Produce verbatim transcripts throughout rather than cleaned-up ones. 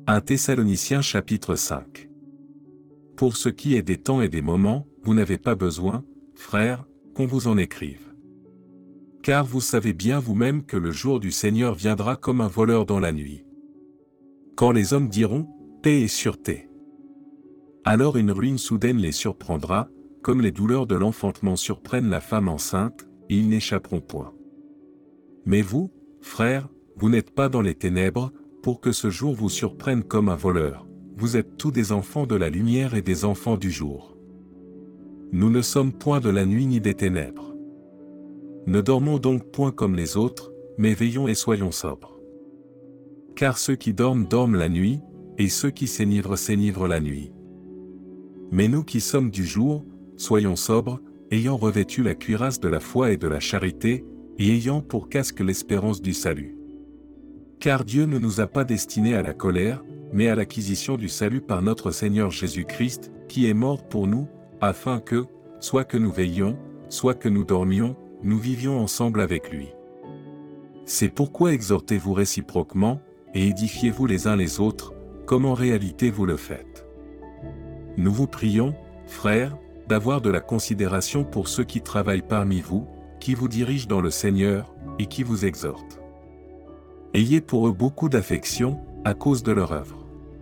un Thessaloniciens chapitre cinq. Pour ce qui est des temps et des moments, vous n'avez pas besoin, frères, qu'on vous en écrive. Car vous savez bien vous-même que le jour du Seigneur viendra comme un voleur dans la nuit. Quand les hommes diront « paix et sûreté », alors une ruine soudaine les surprendra, comme les douleurs de l'enfantement surprennent la femme enceinte, et ils n'échapperont point. Mais vous, frères, vous n'êtes pas dans les ténèbres, pour que ce jour vous surprenne comme un voleur. Vous êtes tous des enfants de la lumière et des enfants du jour. Nous ne sommes point de la nuit ni des ténèbres. Ne dormons donc point comme les autres, mais veillons et soyons sobres. Car ceux qui dorment dorment la nuit, et ceux qui s'énivrent s'énivrent la nuit. Mais nous qui sommes du jour, soyons sobres, ayant revêtu la cuirasse de la foi et de la charité, et ayant pour casque l'espérance du salut. Car Dieu ne nous a pas destinés à la colère, mais à l'acquisition du salut par notre Seigneur Jésus-Christ, qui est mort pour nous, afin que, soit que nous veillions, soit que nous dormions, nous vivions ensemble avec lui. C'est pourquoi exhortez-vous réciproquement, et édifiez-vous les uns les autres, comme en réalité vous le faites. Nous vous prions, frères, d'avoir de la considération pour ceux qui travaillent parmi vous, qui vous dirigent dans le Seigneur, et qui vous exhortent. Ayez pour eux beaucoup d'affection, à cause de leur œuvre.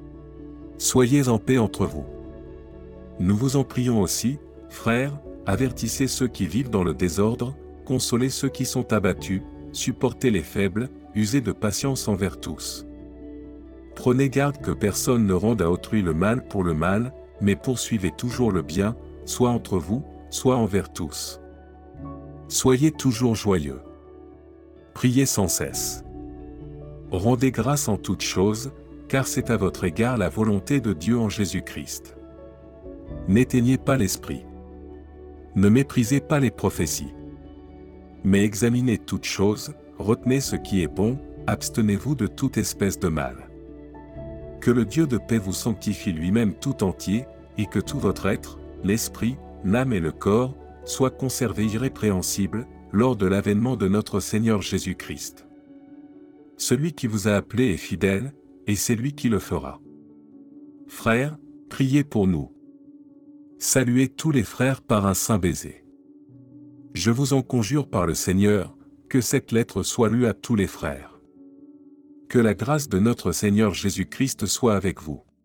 Soyez en paix entre vous. Nous vous en prions aussi, frères, avertissez ceux qui vivent dans le désordre, consolez ceux qui sont abattus, supportez les faibles, usez de patience envers tous. Prenez garde que personne ne rende à autrui le mal pour le mal, mais poursuivez toujours le bien, soit entre vous, soit envers tous. Soyez toujours joyeux. Priez sans cesse. Rendez grâce en toutes choses, car c'est à votre égard la volonté de Dieu en Jésus-Christ. N'éteignez pas l'esprit. Ne méprisez pas les prophéties. Mais examinez toutes choses, retenez ce qui est bon, abstenez-vous de toute espèce de mal. Que le Dieu de paix vous sanctifie lui-même tout entier, et que tout votre être, l'esprit, l'âme et le corps, soient conservés irrépréhensibles, lors de l'avènement de notre Seigneur Jésus-Christ. Celui qui vous a appelé est fidèle, et c'est lui qui le fera. Frères, priez pour nous. Saluez tous les frères par un saint baiser. Je vous en conjure par le Seigneur, que cette lettre soit lue à tous les frères. Que la grâce de notre Seigneur Jésus-Christ soit avec vous.